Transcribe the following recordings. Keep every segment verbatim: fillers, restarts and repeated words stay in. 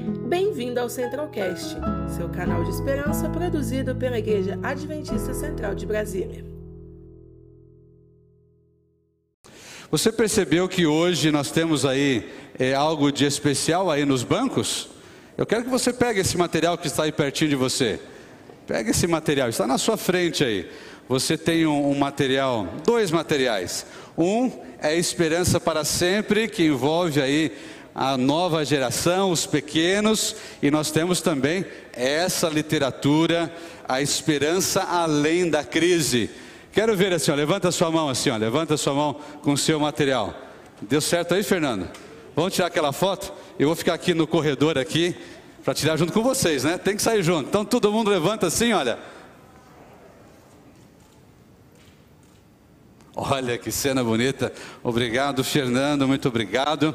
Bem-vindo ao Centralcast, seu canal de esperança produzido pela Igreja Adventista Central de Brasília. Você percebeu que hoje nós temos aí é, algo de especial aí nos bancos? Eu quero que você pegue esse material que está aí pertinho de você. Pega esse material, está na sua frente aí. Você tem um, um material, dois materiais. Um é Esperança para Sempre, que envolve aí a nova geração, os pequenos, e nós temos também essa literatura, A Esperança Além da Crise. Quero ver assim, ó, levanta a sua mão assim, ó, levanta a sua mão com o seu material. Deu certo aí, Fernando? Vamos tirar aquela foto? Eu vou ficar aqui no corredor aqui, para tirar junto com vocês, né? Tem que sair junto. Então todo mundo levanta assim, olha. Olha que cena bonita. Obrigado, Fernando, muito obrigado.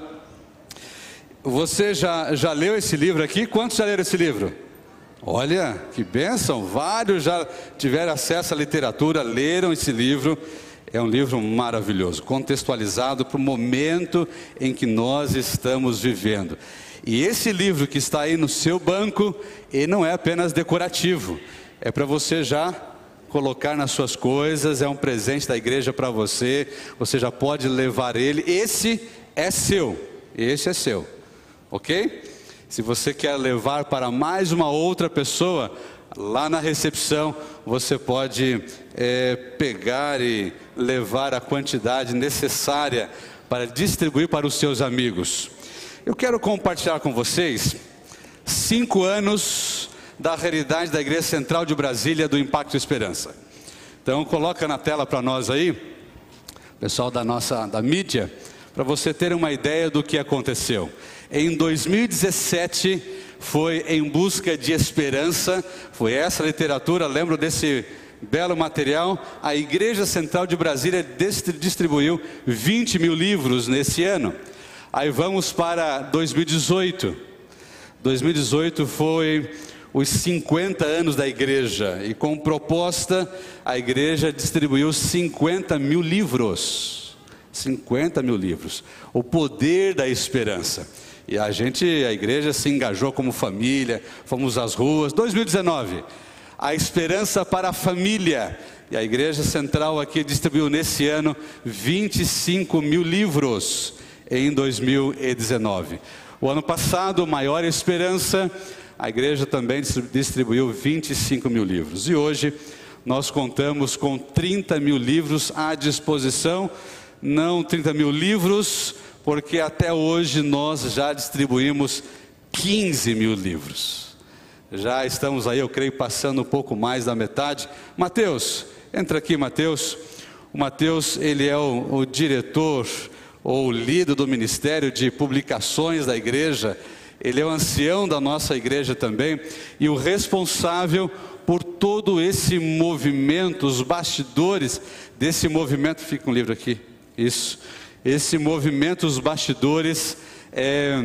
Você já, já leu esse livro aqui? Quantos já leram esse livro? Olha, que bênção, vários já tiveram acesso à literatura, leram esse livro. É um livro maravilhoso, contextualizado para o momento em que nós estamos vivendo. E esse livro que está aí no seu banco, ele não é apenas decorativo, é para você já colocar nas suas coisas, é um presente da igreja para você, você já pode levar ele, esse é seu, esse é seu. Ok? Se você quer levar para mais uma outra pessoa, lá na recepção, você pode é, pegar e levar a quantidade necessária para distribuir para os seus amigos. Eu quero compartilhar com vocês cinco anos da realidade da Igreja Central de Brasília do Impacto Esperança. Então coloca na tela para nós aí, pessoal da nossa da mídia, para você ter uma ideia do que aconteceu. Em dois mil e dezessete foi Em Busca de Esperança, foi essa literatura, lembro desse belo material. A Igreja Central de Brasília distribuiu vinte mil livros nesse ano. Aí vamos para dois mil e dezoito. dois mil e dezoito foi os cinquenta anos da igreja, e com proposta a igreja distribuiu cinquenta mil livros. cinquenta mil livros. O poder da esperança. E a gente, a igreja se engajou como família, fomos às ruas. dois mil e dezenove, a esperança para a família. E a Igreja Central aqui distribuiu nesse ano vinte e cinco mil livros em dois mil e dezenove. O ano passado, Maior Esperança, a igreja também distribuiu vinte e cinco mil livros. E hoje nós contamos com trinta mil livros à disposição. Não trinta mil livros, porque até hoje nós já distribuímos quinze mil livros. Já estamos aí, eu creio, passando um pouco mais da metade. Mateus, entra aqui, Mateus. O Mateus, ele é o, o diretor ou líder do Ministério de Publicações da igreja. Ele é o ancião da nossa igreja também, e o responsável por todo esse movimento, os bastidores desse movimento. Fica um livro aqui, isso. Esse movimento, os bastidores, é,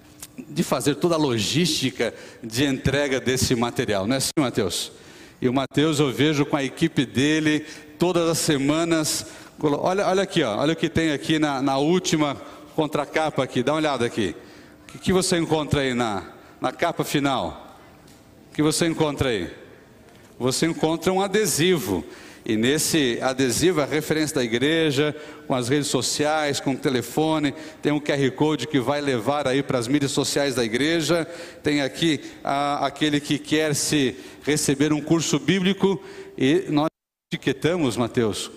de fazer toda a logística de entrega desse material, não é assim, Mateus? E o Mateus, eu vejo com a equipe dele, todas as semanas. Olha, olha aqui, ó, olha o que tem aqui na, na última contracapa aqui, dá uma olhada aqui. O que, que você encontra aí na, na capa final? O que você encontra aí? Você encontra um adesivo. E nesse adesivo, a referência da igreja, com as redes sociais, com o telefone, tem um Q R Code que vai levar aí para as mídias sociais da igreja. Tem aqui a, aquele que quer se receber um curso bíblico, e nós etiquetamos, Mateus,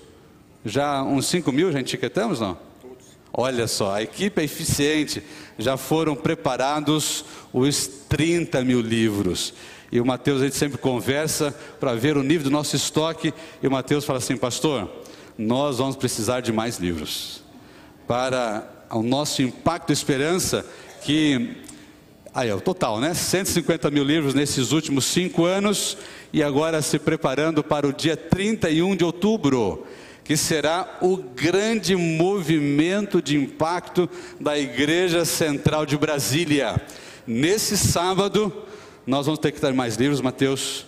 já uns cinco mil, já etiquetamos, não? Olha só, a equipe é eficiente, já foram preparados os trinta mil livros. E o Mateus, a gente sempre conversa para ver o nível do nosso estoque, e o Mateus fala assim: pastor, nós vamos precisar de mais livros para o nosso Impacto Esperança, que, aí é o total, né? cento e cinquenta mil livros nesses últimos cinco anos, e agora se preparando para o dia trinta e um de outubro, que será o grande movimento de impacto da Igreja Central de Brasília. Nesse sábado, nós vamos ter que dar mais livros, Mateus.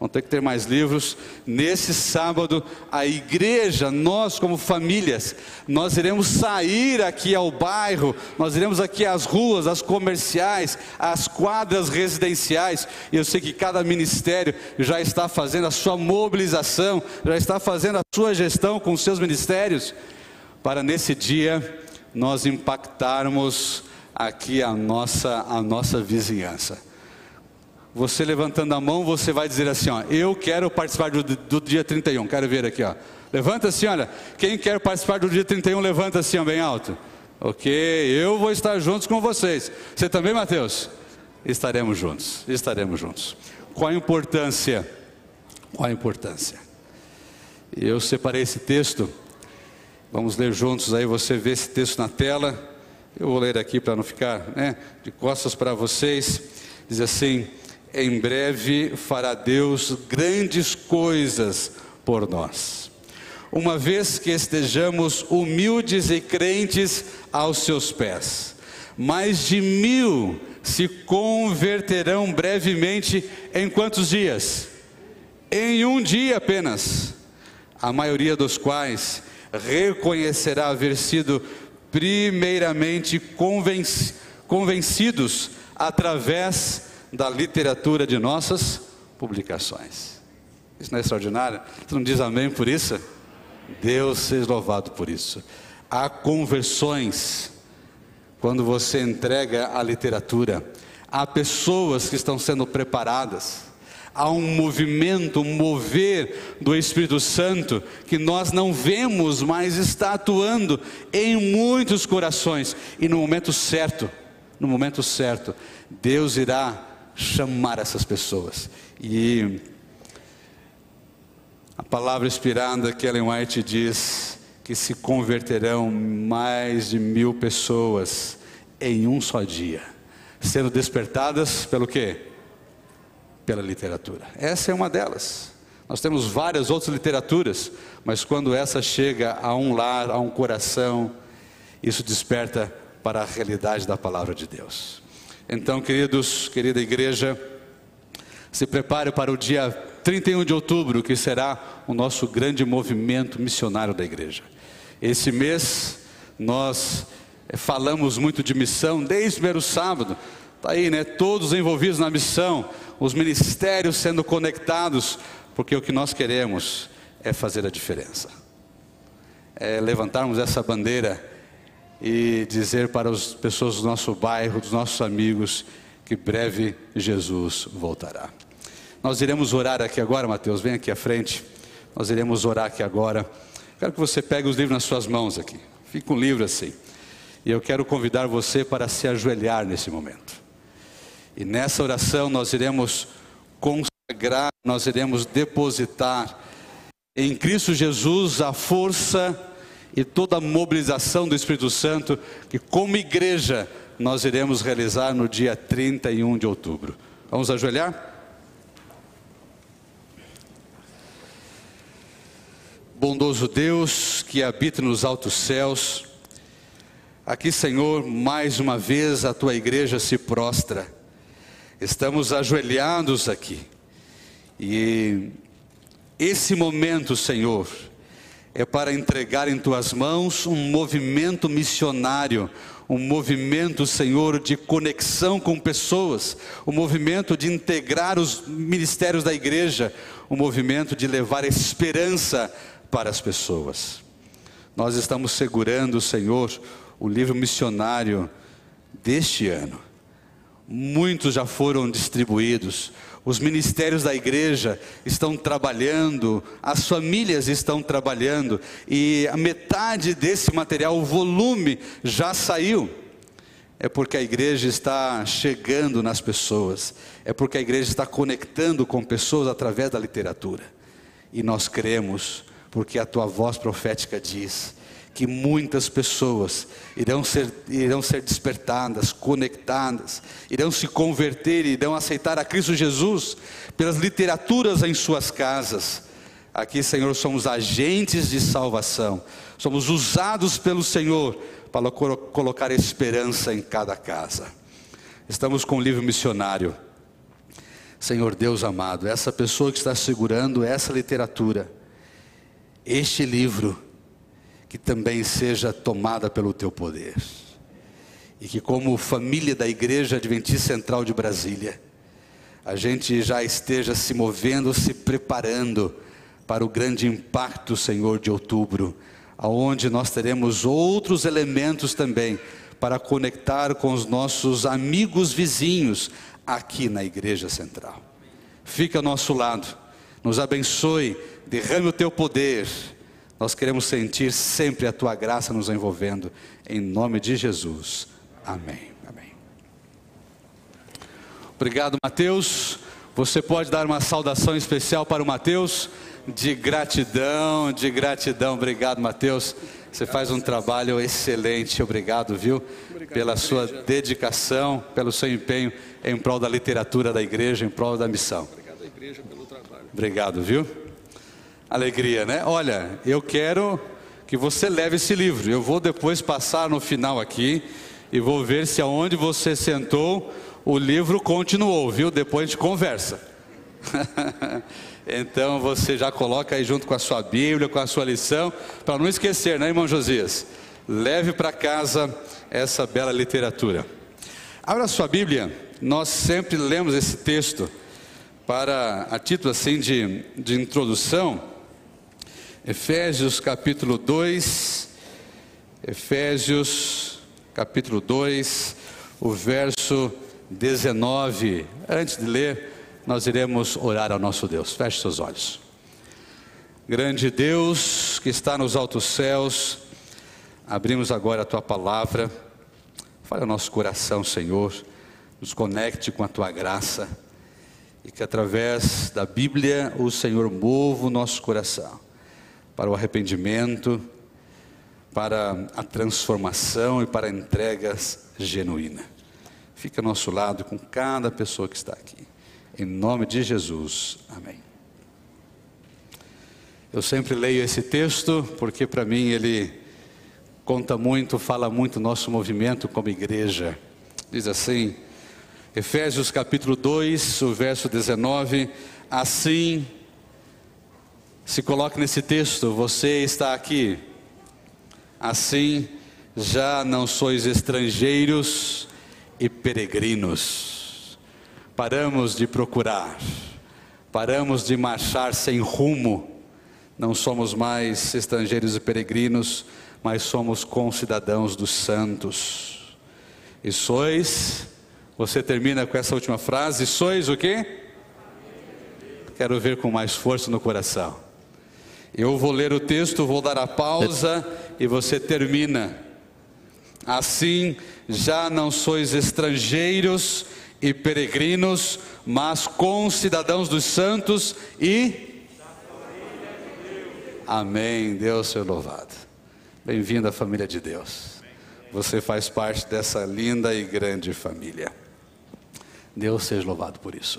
vão ter que ter mais livros. Nesse sábado, a igreja, nós como famílias, nós iremos sair aqui ao bairro, nós iremos aqui às ruas, às comerciais, às quadras residenciais. E eu sei que cada ministério já está fazendo a sua mobilização, já está fazendo a sua gestão com os seus ministérios, para nesse dia nós impactarmos aqui a nossa, a nossa vizinhança. Você levantando a mão, você vai dizer assim, ó, eu quero participar do, do dia trinta e um, quero ver aqui, ó. Levanta assim, olha, quem quer participar do dia trinta e um, levanta assim, ó, bem alto. Ok, eu vou estar juntos com vocês. Você também, Mateus? Estaremos juntos, estaremos juntos. Qual a importância? Qual a importância? Eu separei esse texto, vamos ler juntos aí, você vê esse texto na tela. Eu vou ler aqui para não ficar, né, de costas para vocês. Diz assim: em breve fará Deus grandes coisas por nós, uma vez que estejamos humildes e crentes aos seus pés. Mais de mil se converterão brevemente em quantos dias? Em um dia apenas, a maioria dos quais reconhecerá haver sido primeiramente convenci, convencidos através da literatura de nossas publicações. Isso não é extraordinário? Você não diz amém por isso? Deus seja louvado por isso. Há conversões quando você entrega a literatura. Há pessoas que estão sendo preparadas. Há um movimento, um mover do Espírito Santo que nós não vemos, mas está atuando em muitos corações. E no momento certo, no momento certo, Deus irá chamar essas pessoas. E a palavra inspirada que Ellen White diz que se converterão mais de mil pessoas em um só dia, sendo despertadas pelo quê? Pela literatura. Essa é uma delas. Nós temos várias outras literaturas, mas quando essa chega a um lar, a um coração, isso desperta para a realidade da palavra de Deus. Então, queridos, querida igreja, se prepare para o dia trinta e um de outubro, que será o nosso grande movimento missionário da igreja. Esse mês nós falamos muito de missão, desde o primeiro sábado. Está aí, né? Todos envolvidos na missão, os ministérios sendo conectados, porque o que nós queremos é fazer a diferença. É levantarmos essa bandeira e dizer para as pessoas do nosso bairro, dos nossos amigos, que breve Jesus voltará. Nós iremos orar aqui agora, Mateus, vem aqui à frente. Nós iremos orar aqui agora. Quero que você pegue os livros nas suas mãos aqui. Fique com o livro assim. E eu quero convidar você para se ajoelhar nesse momento. E nessa oração nós iremos consagrar, nós iremos depositar em Cristo Jesus a força e toda a mobilização do Espírito Santo, que como igreja nós iremos realizar no dia trinta e um de outubro. Vamos ajoelhar? Bondoso Deus, que habita nos altos céus, aqui, Senhor, mais uma vez a Tua igreja se prostra. Estamos ajoelhados aqui. E esse momento, Senhor, é para entregar em Tuas mãos um movimento missionário, um movimento, Senhor, de conexão com pessoas, um movimento de integrar os ministérios da igreja, um movimento de levar esperança para as pessoas. Nós estamos segurando, Senhor, o livro missionário deste ano. Muitos já foram distribuídos, os ministérios da igreja estão trabalhando, as famílias estão trabalhando, e a metade desse material, o volume, já saiu. É porque a igreja está chegando nas pessoas, é porque a igreja está conectando com pessoas através da literatura. E nós cremos, porque a Tua voz profética diz que muitas pessoas irão ser, irão ser despertadas, conectadas, irão se converter, irão aceitar a Cristo Jesus pelas literaturas em suas casas. Aqui, Senhor, somos agentes de salvação, somos usados pelo Senhor para colocar esperança em cada casa. Estamos com o livro missionário. Senhor Deus amado, essa pessoa que está segurando essa literatura, este livro, que também seja tomada pelo teu poder. E que como família da Igreja Adventista Central de Brasília, a gente já esteja se movendo, se preparando para o grande impacto, Senhor, de outubro, aonde nós teremos outros elementos também para conectar com os nossos amigos vizinhos aqui na Igreja Central. Fica ao nosso lado, nos abençoe, derrame o teu poder. Nós queremos sentir sempre a tua graça nos envolvendo, em nome de Jesus. Amém. Amém. Obrigado, Mateus. Você pode dar uma saudação especial para o Mateus, de gratidão, de gratidão. Obrigado, Mateus. Você faz um trabalho excelente. Obrigado, viu? Obrigado, pela sua dedicação, pelo seu empenho em prol da literatura da igreja, em prol da missão. Obrigado, igreja, pelo trabalho. Obrigado, viu? Alegria, né? Olha, eu quero que você leve esse livro. Eu vou depois passar no final aqui e vou ver se aonde você sentou o livro continuou, viu? Depois a gente conversa. Então você já coloca aí junto com a sua Bíblia, com a sua lição, para não esquecer, né, irmão Josias? Leve para casa essa bela literatura. Abra a sua Bíblia. Nós sempre lemos esse texto para, a título assim de, de introdução, Efésios capítulo dois, Efésios capítulo dois, o verso dezenove. Antes de ler, nós iremos orar ao nosso Deus. Feche seus olhos. Grande Deus que está nos altos céus, abrimos agora a tua palavra. Fale ao nosso coração, Senhor, nos conecte com a tua graça e que através da Bíblia o Senhor mova o nosso coração para o arrependimento, para a transformação e para a entrega genuína. Fica ao nosso lado com cada pessoa que está aqui. Em nome de Jesus, amém. Eu sempre leio esse texto porque para mim ele conta muito, fala muito do nosso movimento como igreja. Diz assim, Efésios capítulo dois, o verso dezenove, assim, se coloque nesse texto, você está aqui, assim já não sois estrangeiros e peregrinos. Paramos de procurar, paramos de marchar sem rumo, não somos mais estrangeiros e peregrinos, mas somos concidadãos dos santos. E sois, você termina com essa última frase, sois o quê? Quero ver com mais força no coração. Eu vou ler o texto, vou dar a pausa e você termina. Assim, já não sois estrangeiros e peregrinos, mas concidadãos dos santos e... Amém, Deus seja louvado. Bem-vindo à família de Deus. Você faz parte dessa linda e grande família. Deus seja louvado por isso.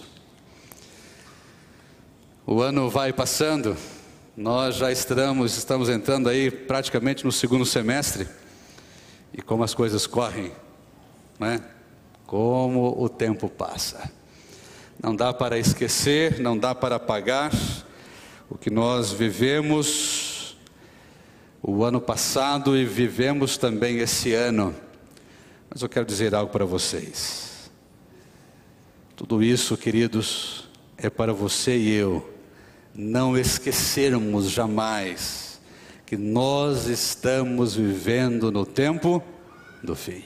O ano vai passando, nós já estamos, estamos entrando aí praticamente no segundo semestre. E como as coisas correm, né? Como o tempo passa. Não dá para esquecer, não dá para apagar o que nós vivemos o ano passado e vivemos também esse ano. Mas eu quero dizer algo para vocês. Tudo isso, queridos, é para você e eu não esquecermos jamais que nós estamos vivendo no tempo do fim.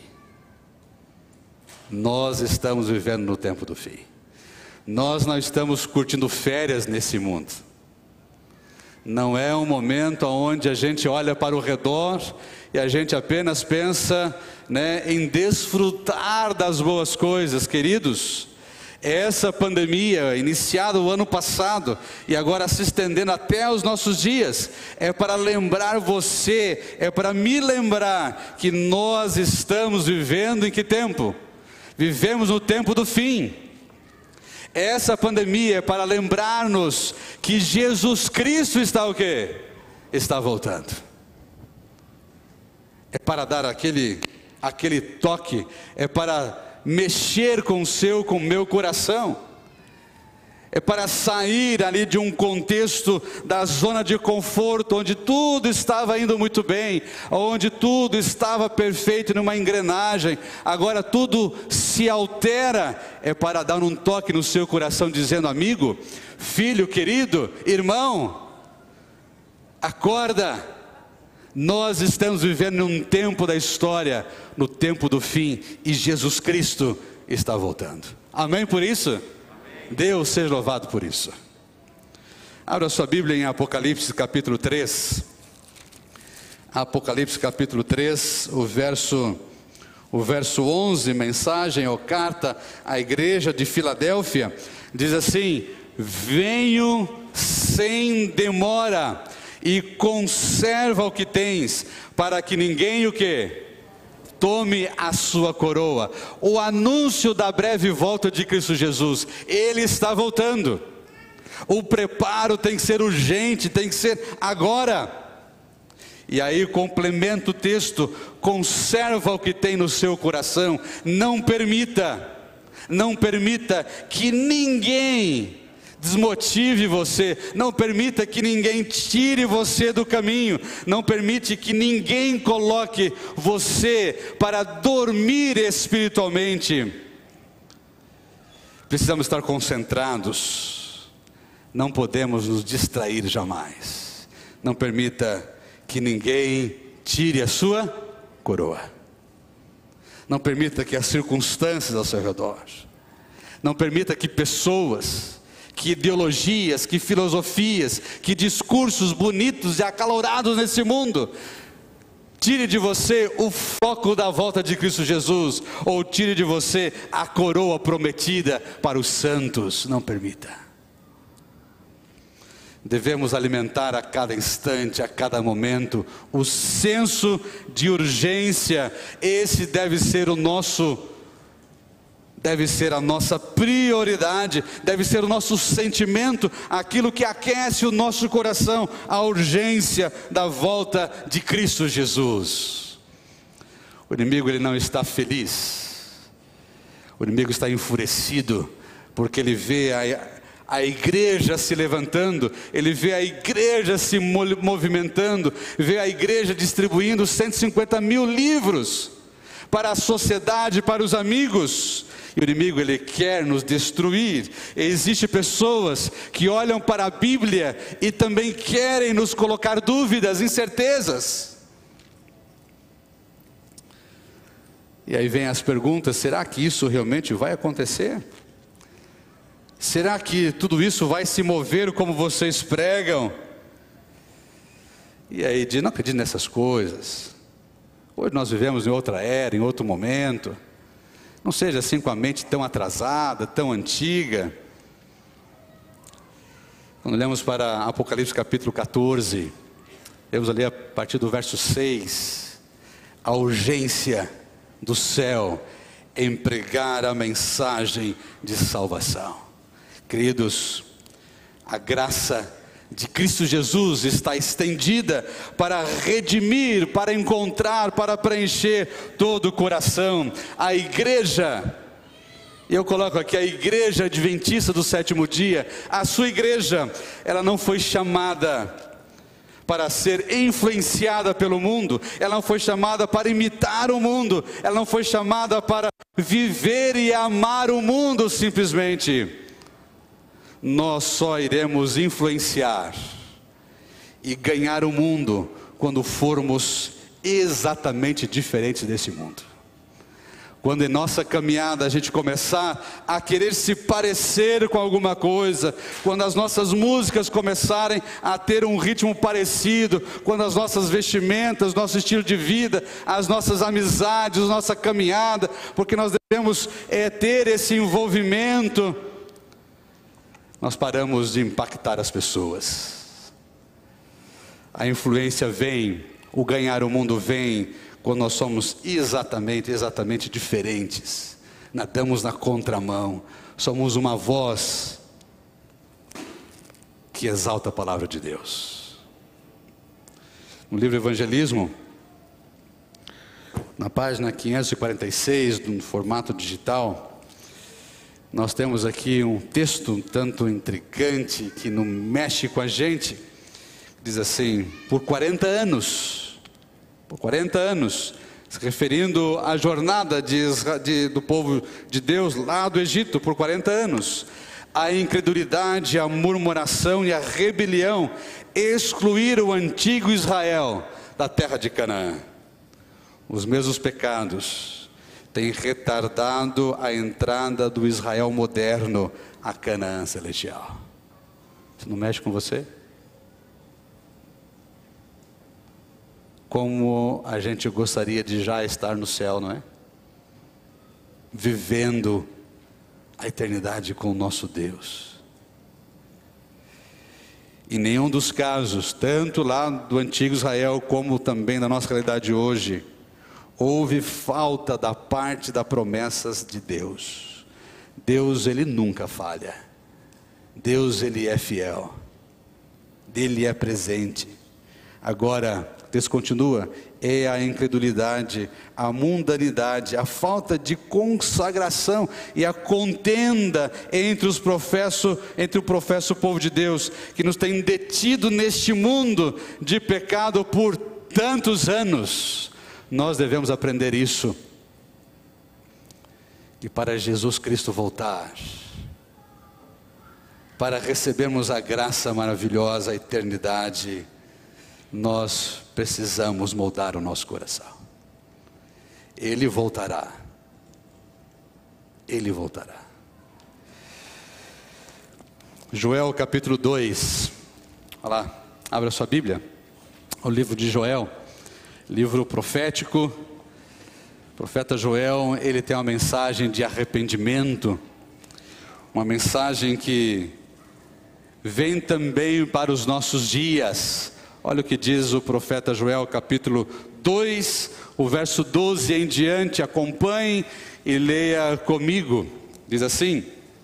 Nós estamos vivendo no tempo do fim. Nós não estamos curtindo férias nesse mundo. Não é um momento onde a gente olha para o redor e a gente apenas pensa, né, em desfrutar das boas coisas, queridos. Essa pandemia, iniciada o ano passado e agora se estendendo até os nossos dias, é para lembrar você, é para me lembrar que nós estamos vivendo em que tempo? Vivemos no tempo do fim. Essa pandemia é para lembrar-nos que Jesus Cristo está o quê? Está voltando. É para dar aquele, aquele toque, é para mexer com o seu, com o meu coração. é para sair ali de um contexto da zona de conforto, onde tudo estava indo muito bem, onde tudo estava perfeito numa engrenagem. Agora tudo se altera, é para dar um toque no seu coração, dizendo: amigo, filho querido, irmão, acorda. Nós estamos vivendo num tempo da história, no tempo do fim, e Jesus Cristo está voltando. Amém por isso? Deus seja louvado por isso. Abra sua Bíblia em Apocalipse capítulo três. Apocalipse capítulo três, o verso, o verso onze, mensagem ou carta à igreja de Filadélfia, diz assim: venho sem demora, e conserva o que tens, para que ninguém o quê? Tome a sua coroa. O anúncio da breve volta de Cristo Jesus, Ele está voltando. O preparo tem que ser urgente, tem que ser agora. E aí complementa o texto: conserva o que tem no seu coração, não permita, não permita que ninguém desmotive você, não permita que ninguém tire você do caminho, não permite que ninguém coloque você para dormir espiritualmente. Precisamos estar concentrados, não podemos nos distrair jamais. Não permita que ninguém tire a sua coroa, não permita que as circunstâncias ao seu redor, não permita que pessoas, que ideologias, que filosofias, que discursos bonitos e acalorados nesse mundo tire de você o foco da volta de Cristo Jesus, ou tire de você a coroa prometida para os santos. Não permita. Devemos alimentar a cada instante, a cada momento, o senso de urgência. Esse deve ser o nosso Deve ser a nossa prioridade, deve ser o nosso sentimento, aquilo que aquece o nosso coração, a urgência da volta de Cristo Jesus. O inimigo, ele não está feliz, o inimigo está enfurecido, porque ele vê a, a igreja se levantando, ele vê a igreja se movimentando, vê a igreja distribuindo cento e cinquenta mil livros para a sociedade, para os amigos. E o inimigo, ele quer nos destruir. Existem pessoas que olham para a Bíblia e também querem nos colocar dúvidas, incertezas. E aí vem as perguntas: será que isso realmente vai acontecer? Será que tudo isso vai se mover como vocês pregam? E aí diz: não acredito nessas coisas. Hoje nós vivemos em outra era, em outro momento. Não seja assim com a mente tão atrasada, tão antiga. Quando lemos para Apocalipse capítulo catorze, lemos ali a partir do verso seis, a urgência do céu em pregar a mensagem de salvação. Queridos, a graça de Cristo Jesus está estendida para redimir, para encontrar, para preencher todo o coração. A igreja, eu coloco aqui a igreja adventista do sétimo dia, a sua igreja, ela não foi chamada para ser influenciada pelo mundo, ela não foi chamada para imitar o mundo, ela não foi chamada para viver e amar o mundo simplesmente. Nós só iremos influenciar e ganhar o mundo quando formos exatamente diferentes desse mundo. Quando em nossa caminhada a gente começar a querer se parecer com alguma coisa, quando as nossas músicas começarem a ter um ritmo parecido, quando as nossas vestimentas, nosso estilo de vida, as nossas amizades, nossa caminhada, porque nós devemos é, ter esse envolvimento, nós paramos de impactar as pessoas. A influência vem, o ganhar o mundo vem, quando nós somos exatamente, exatamente diferentes. Nadamos na contramão, somos uma voz que exalta a palavra de Deus. No livro Evangelismo, na página quinhentos e quarenta e seis, no formato digital, Nós temos aqui um texto um tanto intrigante, que não mexe com a gente. Diz assim: por quarenta anos, por quarenta anos, se referindo à jornada de, de, do povo de Deus lá do Egito, por quarenta anos, a incredulidade, a murmuração e a rebelião excluíram o antigo Israel da terra de Canaã. Os mesmos pecados têm retardado a entrada do Israel moderno a Canaã celestial. Isso não mexe com você? Como a gente gostaria de já estar no céu, não é? Vivendo a eternidade com o nosso Deus. Em nenhum dos casos, tanto lá do antigo Israel como também da nossa realidade hoje, houve falta da parte das promessas de Deus. Deus, Ele nunca falha. Deus, Ele é fiel. Ele é presente. Agora, o texto continua: é a incredulidade, a mundanidade, a falta de consagração e a contenda entre os professos, entre o professo povo de Deus, que nos tem detido neste mundo de pecado por tantos anos. Nós devemos aprender isso. E para Jesus Cristo voltar, para recebermos a graça maravilhosa, a eternidade, nós precisamos moldar o nosso coração. Ele voltará. Ele voltará. Joel capítulo dois. Olha lá, abra sua Bíblia. O livro de Joel, livro profético. O profeta Joel, ele tem uma mensagem de arrependimento. Uma mensagem que vem também para os nossos dias. Olha o que diz o profeta Joel, capítulo dois, o verso doze em diante. Acompanhe e leia comigo. Diz assim: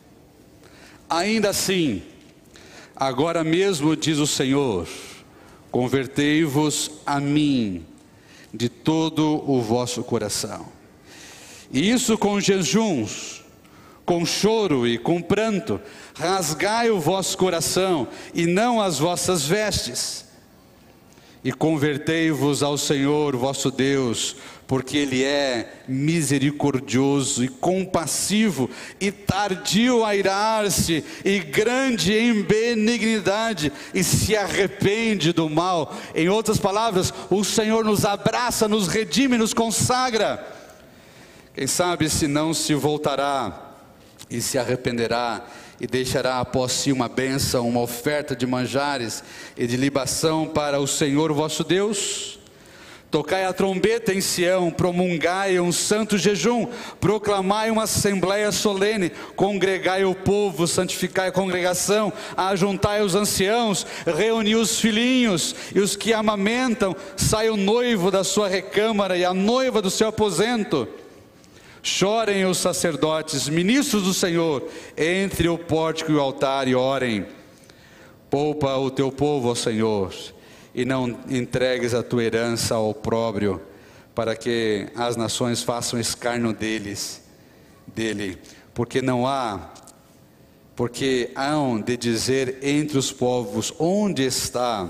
ainda assim, agora mesmo diz o Senhor, convertei-vos a mim de todo o vosso coração, e isso com jejuns, com choro e com pranto. Rasgai o vosso coração e não as vossas vestes, e convertei-vos ao Senhor vosso Deus, porque Ele é misericordioso e compassivo, e tardio a irar-se, e grande em benignidade, e se arrepende do mal. Em outras palavras, o Senhor nos abraça, nos redime, nos consagra. Quem sabe se não se voltará e se arrependerá, e deixará após si uma bênção, uma oferta de manjares e de libação para o Senhor vosso Deus. Tocai a trombeta em Sião, promulgai um santo jejum, proclamai uma assembleia solene, congregai o povo, santificai a congregação, ajuntai os anciãos, reuni os filhinhos e os que amamentam. Sai o noivo da sua recâmara e a noiva do seu aposento. Chorem os sacerdotes, ministros do Senhor, entre o pórtico e o altar, e orem. Poupa o teu povo ao Senhor, e não entregues a tua herança ao opróbrio, para que as nações façam escárnio deles, dele, porque não há, porque hão de dizer entre os povos: onde está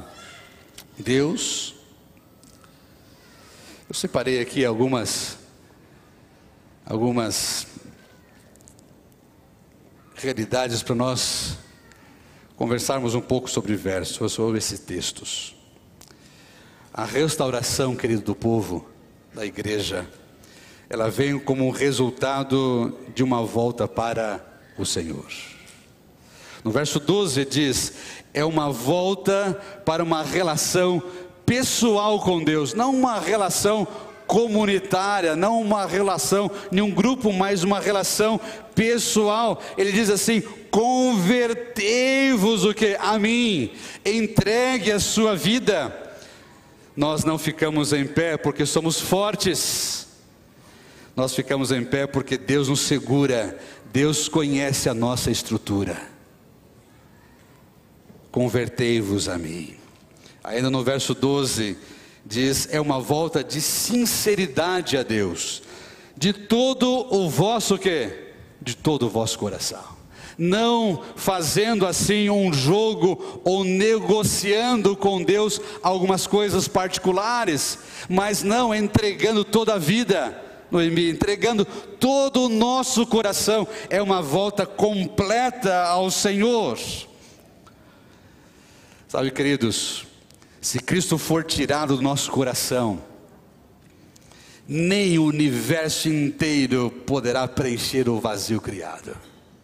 Deus? Eu separei aqui algumas algumas realidades para nós conversarmos um pouco sobre versos, sobre esses textos. A restauração, querido, do povo, da igreja, ela vem como um resultado de uma volta para o Senhor. No verso doze diz: é uma volta para uma relação pessoal com Deus, não uma relação comunitária, não uma relação em um grupo, mas uma relação pessoal. Ele diz assim: convertei-vos o que? A mim, entregue a sua vida. Nós não ficamos em pé porque somos fortes, nós ficamos em pé porque Deus nos segura, Deus conhece a nossa estrutura. Convertei-vos a mim. Ainda no verso doze diz: é uma volta de sinceridade a Deus, de todo o vosso quê? de todo o vosso coração. Não fazendo assim um jogo ou negociando com Deus algumas coisas particulares, mas não entregando toda a vida, Noemi, entregando todo o nosso coração. É uma volta completa ao Senhor. Sabe, queridos, se Cristo for tirado do nosso coração, nem o universo inteiro poderá preencher o vazio criado.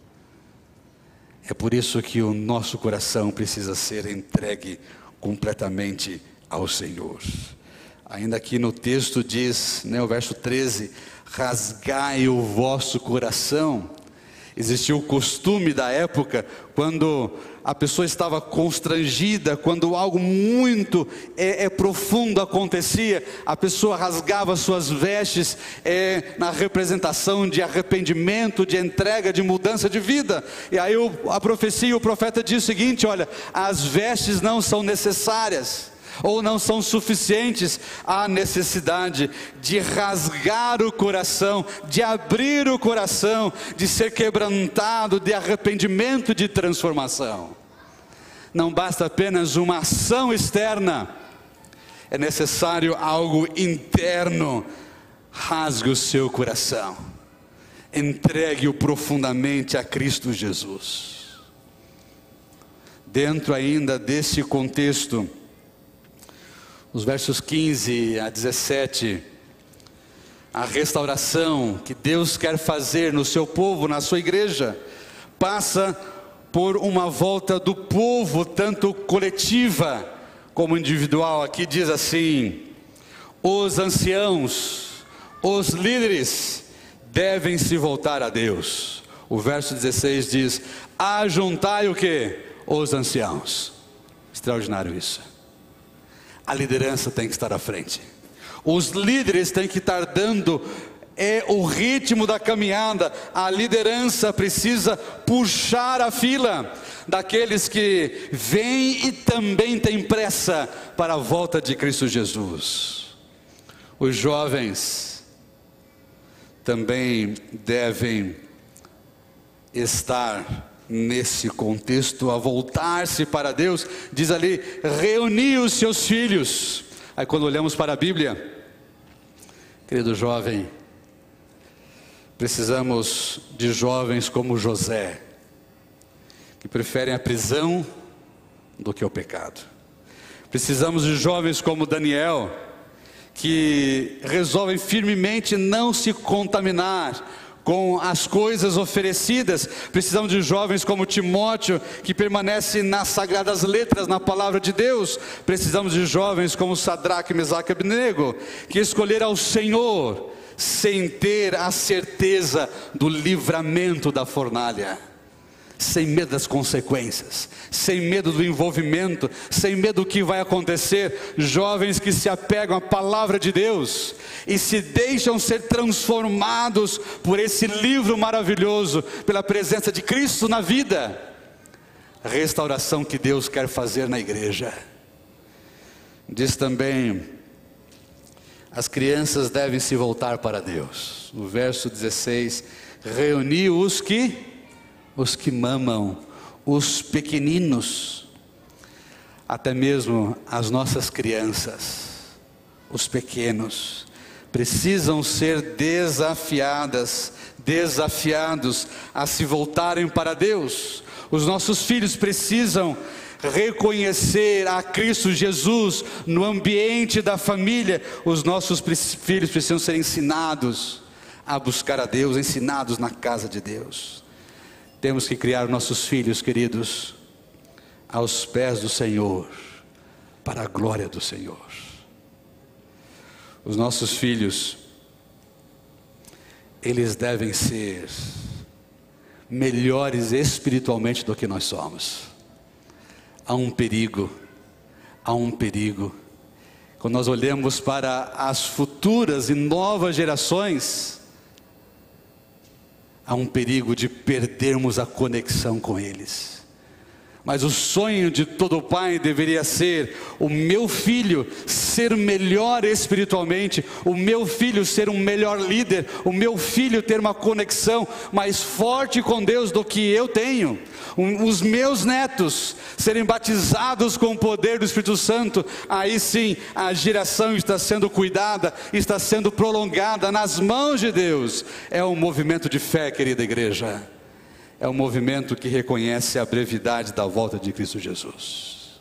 É por isso que o nosso coração precisa ser entregue completamente ao Senhor. Ainda aqui no texto diz, né, o verso treze, rasgai o vosso coração. Existia o costume da época, quando a pessoa estava constrangida, quando algo muito é, é, profundo acontecia, a pessoa rasgava suas vestes é, na representação de arrependimento, de entrega, de mudança de vida. E aí o, a profecia, o profeta diz o seguinte: olha, as vestes não são necessárias, ou não são suficientes, há necessidade de rasgar o coração, de abrir o coração, de ser quebrantado, de arrependimento, de transformação. Não basta apenas uma ação externa, é necessário algo interno. Rasgue o seu coração, entregue-o profundamente a Cristo Jesus. Dentro ainda desse contexto, os versos quinze a dezessete, a restauração que Deus quer fazer no seu povo, na sua igreja, passa por uma volta do povo, tanto coletiva como individual. Aqui diz assim: os anciãos, os líderes devem se voltar a Deus. O verso dezesseis diz: ajuntai o que? Os anciãos. Extraordinário isso. A liderança tem que estar à frente. Os líderes têm que estar dando é, o ritmo da caminhada. A liderança precisa puxar a fila daqueles que vêm e também têm pressa para a volta de Cristo Jesus. Os jovens também devem estar nesse contexto, a voltar-se para Deus. Diz ali: reunir os seus filhos. Aí quando olhamos para a Bíblia, querido jovem, precisamos de jovens como José, que preferem a prisão do que o pecado. Precisamos de jovens como Daniel, que resolvem firmemente não se contaminar com as coisas oferecidas. Precisamos de jovens como Timóteo, que permanece nas sagradas letras, na palavra de Deus. Precisamos de jovens como Sadraque, Mesaque e Abednego, que escolheram ao Senhor sem ter a certeza do livramento da fornalha, sem medo das consequências, sem medo do envolvimento, sem medo do que vai acontecer. Jovens que se apegam à palavra de Deus e se deixam ser transformados por esse livro maravilhoso, pela presença de Cristo na vida. A restauração que Deus quer fazer na igreja. Diz também: as crianças devem se voltar para Deus. No verso dezesseis: reuni os que os que mamam, os pequeninos, até mesmo as nossas crianças, os pequenos, precisam ser desafiadas, desafiados a se voltarem para Deus. Os nossos filhos precisam reconhecer a Cristo Jesus no ambiente da família. Os nossos filhos precisam ser ensinados a buscar a Deus, ensinados na casa de Deus. Temos que criar nossos filhos, queridos, aos pés do Senhor, para a glória do Senhor. Os nossos filhos, eles devem ser melhores espiritualmente do que nós somos. Há um perigo, há um perigo, quando nós olhamos para as futuras e novas gerações, há um perigo de perdermos a conexão com eles. Mas o sonho de todo pai deveria ser o meu filho ser melhor espiritualmente, o meu filho ser um melhor líder, o meu filho ter uma conexão mais forte com Deus do que eu tenho, um, os meus netos serem batizados com o poder do Espírito Santo. Aí sim a geração está sendo cuidada, está sendo prolongada nas mãos de Deus. É um movimento de fé, querida igreja. É um movimento que reconhece a brevidade da volta de Cristo Jesus.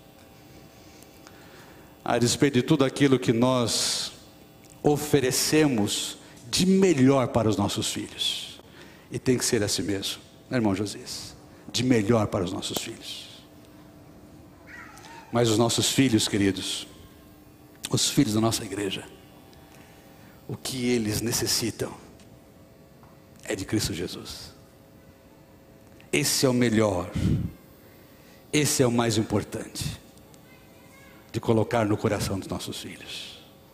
A despeito de tudo aquilo que nós oferecemos de melhor para os nossos filhos, e tem que ser assim mesmo, né, irmão Josias? De melhor para os nossos filhos. Mas os nossos filhos, queridos, os filhos da nossa igreja, o que eles necessitam é de Cristo Jesus. Esse é o melhor, esse é o mais importante de colocar no coração dos nossos filhos.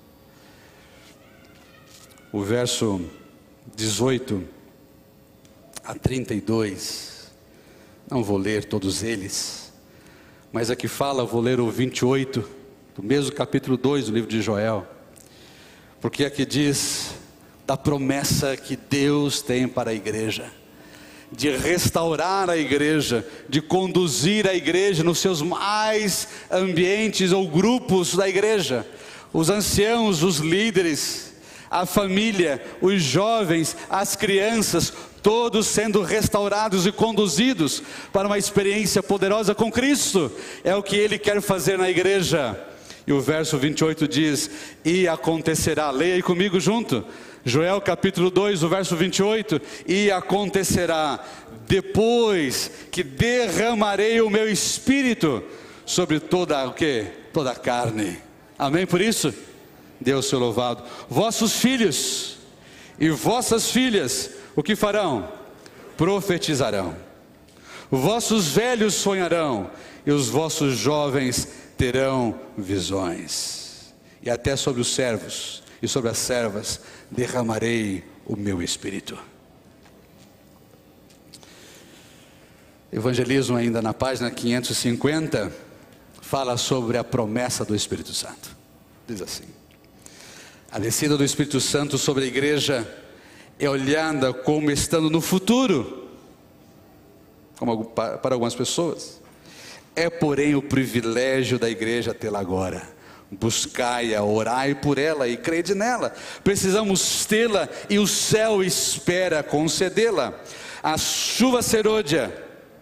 O verso dezoito a trinta e dois, não vou ler todos eles, mas aqui fala, vou ler o vinte e oito, do mesmo capítulo dois do livro de Joel, porque aqui diz da promessa que Deus tem para a igreja, de restaurar a igreja, de conduzir a igreja nos seus mais ambientes ou grupos da igreja, os anciãos, os líderes, a família, os jovens, as crianças, todos sendo restaurados e conduzidos para uma experiência poderosa com Cristo. É o que Ele quer fazer na igreja. E o verso vinte e oito diz: e acontecerá, leia aí comigo junto, Joel capítulo dois, o verso vinte e oito, e acontecerá, depois que derramarei o meu espírito sobre toda o quê? Toda a carne. Amém por isso? Deus seja louvado. Vossos filhos e vossas filhas, o que farão? Profetizarão. Vossos velhos sonharão, e os vossos jovens terão visões. E até sobre os servos e sobre as servas derramarei o meu espírito. Evangelismo, ainda na página quinhentos e cinquenta, fala sobre a promessa do Espírito Santo. Diz assim: a descida do Espírito Santo sobre a igreja é olhada como estando no futuro, como para algumas pessoas. É porém o privilégio da igreja tê-la agora. Buscai-a, orai por ela e crede nela. Precisamos tê-la e o céu espera concedê-la. A chuva serôdia,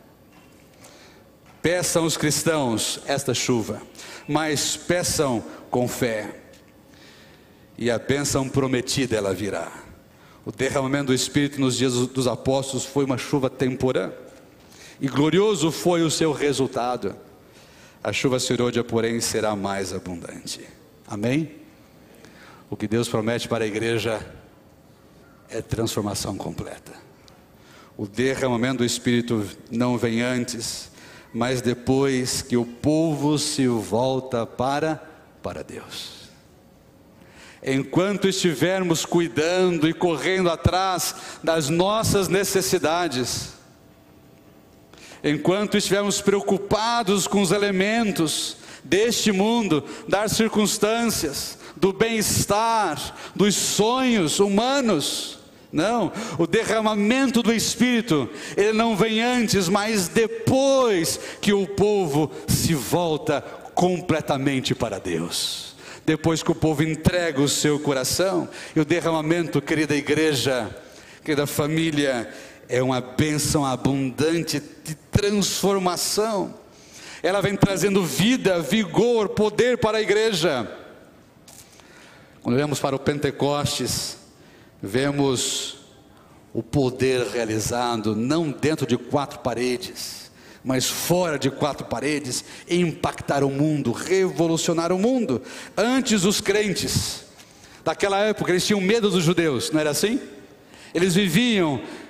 peçam os cristãos esta chuva, mas peçam com fé, e a bênção prometida ela virá. O derramamento do Espírito nos dias dos apóstolos foi uma chuva temporã, e glorioso foi o seu resultado. A chuva serôdia, porém, será mais abundante. Amém? O que Deus promete para a igreja é transformação completa. O derramamento do Espírito não vem antes, mas depois que o povo se volta para, para Deus. Enquanto estivermos cuidando e correndo atrás das nossas necessidades, enquanto estivermos preocupados com os elementos deste mundo, das circunstâncias, do bem-estar, dos sonhos humanos, não, o derramamento do Espírito, ele não vem antes, mas depois que o povo se volta completamente para Deus, depois que o povo entrega o seu coração. E o derramamento, querida igreja, querida família, é uma bênção abundante de transformação. Ela vem trazendo vida, vigor, poder para a igreja. Quando vemos para o Pentecostes, vemos o poder realizado não dentro de quatro paredes, mas fora de quatro paredes, impactar o mundo, revolucionar o mundo. Antes, os crentes daquela época, eles tinham medo dos judeus, não era assim? Eles viviam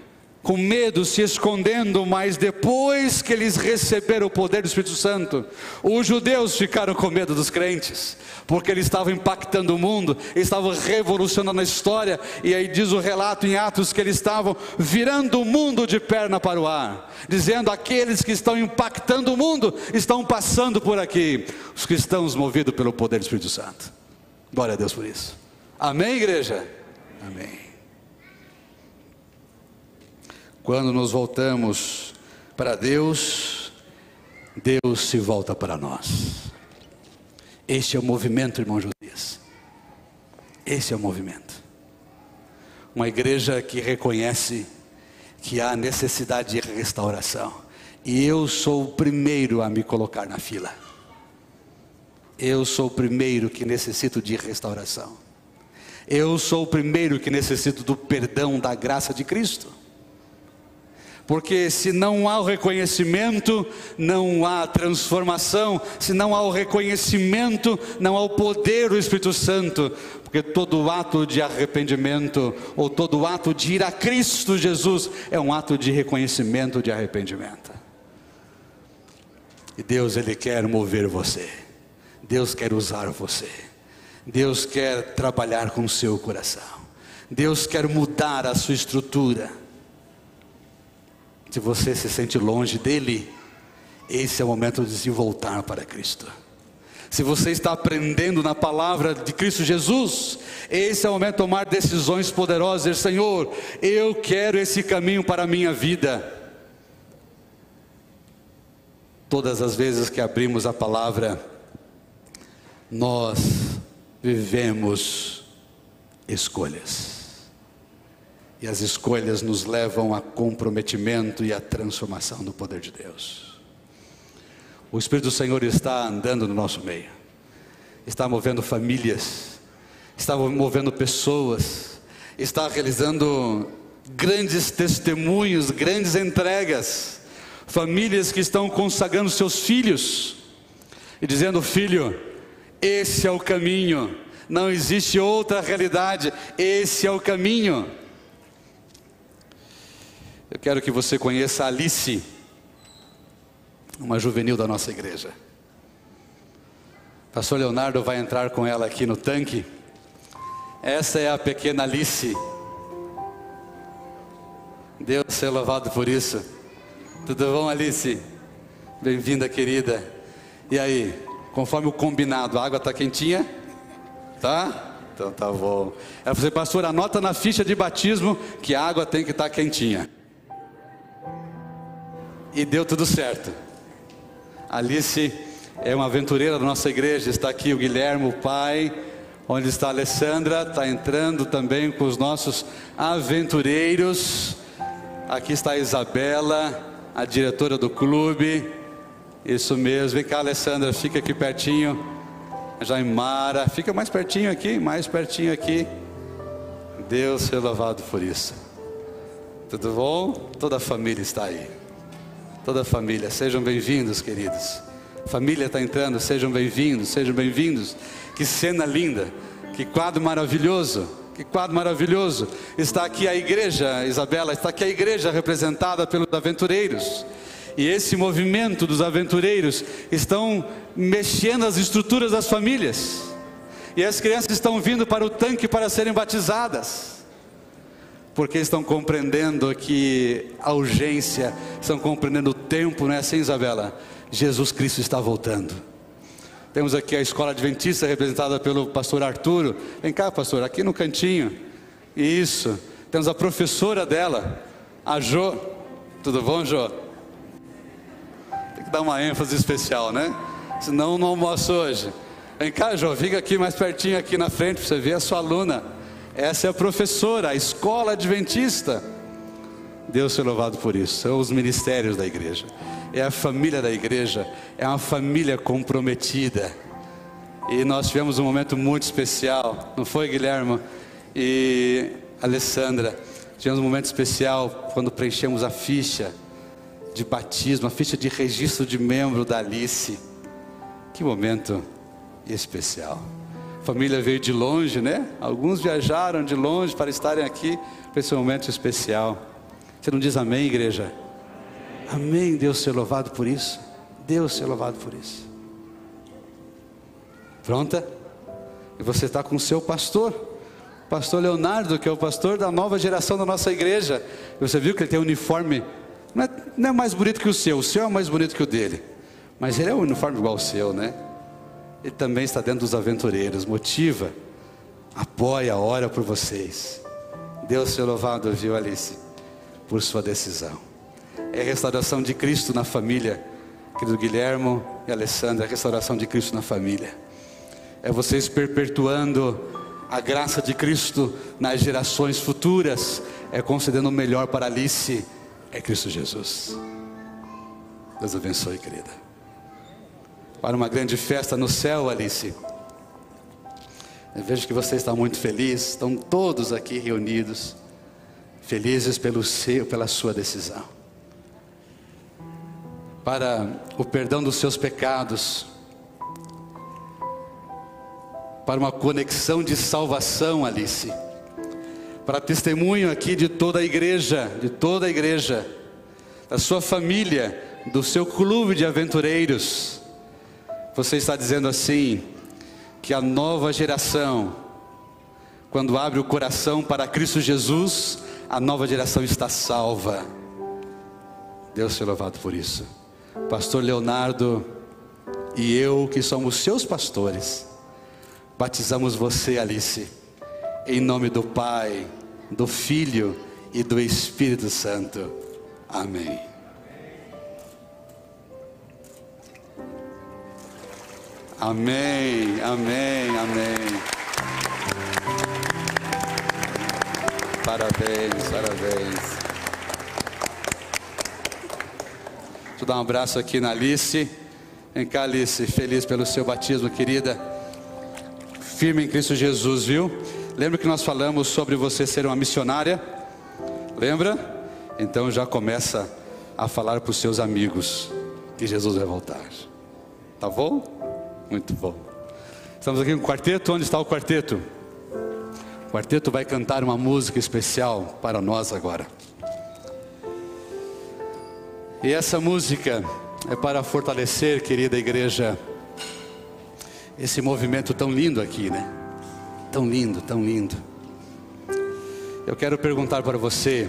com medo, se escondendo, mas depois que eles receberam o poder do Espírito Santo, os judeus ficaram com medo dos crentes, porque eles estavam impactando o mundo, eles estavam revolucionando a história, e aí diz o relato em Atos que eles estavam virando o mundo de perna para o ar, dizendo: aqueles que estão impactando o mundo estão passando por aqui, os cristãos movidos pelo poder do Espírito Santo. Glória a Deus por isso. Amém, igreja? Amém. Quando nos voltamos para Deus, Deus se volta para nós. Este é o movimento, irmão Josias. Esse é o movimento. Uma igreja que reconhece que há necessidade de restauração. E eu sou o primeiro a me colocar na fila. Eu sou o primeiro que necessito de restauração. Eu sou o primeiro que necessito do perdão, da graça de Cristo. Porque se não há o reconhecimento, não há transformação. Se não há o reconhecimento, não há o poder do Espírito Santo. Porque todo ato de arrependimento, ou todo ato de ir a Cristo Jesus, é um ato de reconhecimento, de arrependimento. E Deus, Ele quer mover você. Deus quer usar você. Deus quer trabalhar com o seu coração. Deus quer mudar a sua estrutura. Se você se sente longe dele, esse é o momento de se voltar para Cristo. Se você está aprendendo na palavra de Cristo Jesus, esse é o momento de tomar decisões poderosas. Dizer: Senhor, eu quero esse caminho para a minha vida. Todas as vezes que abrimos a palavra, nós vivemos escolhas. E as escolhas nos levam a comprometimento e a transformação do poder de Deus. O Espírito do Senhor está andando no nosso meio. Está movendo famílias. Está movendo pessoas. Está realizando grandes testemunhos, grandes entregas. Famílias que estão consagrando seus filhos. E dizendo: filho, esse é o caminho. Não existe outra realidade. Esse é o caminho. Eu quero que você conheça a Alice, uma juvenil da nossa igreja. O pastor Leonardo vai entrar com ela aqui no tanque. Essa é a pequena Alice. Deus seja louvado por isso. Tudo bom, Alice? Bem-vinda, querida. E aí, conforme o combinado, a água está quentinha? Tá? Então tá bom. Ela falou: pastor, anota na ficha de batismo que a água tem que estar quentinha. E deu tudo certo. Alice é uma aventureira da nossa igreja. Está aqui o Guilherme, o pai. Onde está a Alessandra? Está entrando também com os nossos aventureiros. Aqui está a Isabela, a diretora do clube. Isso mesmo. Vem cá, Alessandra, fica aqui pertinho. Jaimara, fica mais pertinho aqui, mais pertinho aqui. Deus seja louvado por isso. Tudo bom? Toda a família está aí. Toda a família, sejam bem-vindos, queridos. Família está entrando, sejam bem-vindos, sejam bem-vindos. Que cena linda, que quadro maravilhoso, que quadro maravilhoso. Está aqui a igreja, Isabela, está aqui a igreja representada pelos aventureiros. E esse movimento dos aventureiros estão mexendo as estruturas das famílias. E as crianças estão vindo para o tanque para serem batizadas. Porque estão compreendendo que a urgência, estão compreendendo o tempo, não é assim, Isabela? Jesus Cristo está voltando. Temos aqui a escola adventista representada pelo pastor Arturo. Vem cá, pastor, aqui no cantinho. Isso. Temos a professora dela, a Jo. Tudo bom, Jo? Tem que dar uma ênfase especial, né? Senão não almoço hoje. Vem cá, Jo, fica aqui mais pertinho aqui na frente para você ver a sua aluna. Essa é a professora, a escola adventista. Deus seja louvado por isso. São os ministérios da igreja. É a família da igreja. É uma família comprometida. E nós tivemos um momento muito especial. Não foi, Guilherme? E Alessandra. Tivemos um momento especial quando preenchemos a ficha de batismo, a ficha de registro de membro da Alice. Que momento especial. A família veio de longe, né? Alguns viajaram de longe para estarem aqui para esse momento especial. Você não diz amém, igreja? Amém, Deus seja louvado por isso. Deus seja louvado por isso. Pronta? E você está com o seu pastor, o pastor Leonardo, que é o pastor da nova geração da nossa igreja. E você viu que ele tem um uniforme, não é, não é mais bonito que o seu, o seu é mais bonito que o dele, mas ele é um uniforme igual ao seu, né? Ele também está dentro dos aventureiros, motiva, apoia, ora por vocês. Deus seja louvado, viu, Alice, por sua decisão. É a restauração de Cristo na família, querido Guilhermo e Alessandra, é a restauração de Cristo na família. É vocês perpetuando a graça de Cristo nas gerações futuras, é concedendo o melhor para Alice, é Cristo Jesus. Deus abençoe, querida. Para uma grande festa no céu, Alice. Eu vejo que você está muito feliz, estão todos aqui reunidos, felizes pelo seu, pela sua decisão. Para o perdão dos seus pecados, para uma conexão de salvação, Alice, para testemunho aqui de toda a igreja, de toda a igreja, da sua família, do seu clube de aventureiros. Você está dizendo assim, que a nova geração, quando abre o coração para Cristo Jesus, a nova geração está salva. Deus seja louvado por isso. Pastor Leonardo e eu, que somos seus pastores, batizamos você, Alice, em nome do Pai, do Filho e do Espírito Santo. Amém. Amém, amém, amém. Parabéns, parabéns. Deixa eu dar um abraço aqui na Alice. Vem cá, Alice, feliz pelo seu batismo, querida. Firme em Cristo Jesus, viu? Lembra que nós falamos sobre você ser uma missionária? Lembra? Então já começa a falar para os seus amigos que Jesus vai voltar. Tá bom? Muito bom. Estamos aqui com o quarteto. Onde está o quarteto? O quarteto vai cantar uma música especial para nós agora. E essa música é para fortalecer, querida igreja, esse movimento tão lindo aqui, né? Tão lindo, tão lindo. Eu quero perguntar para você.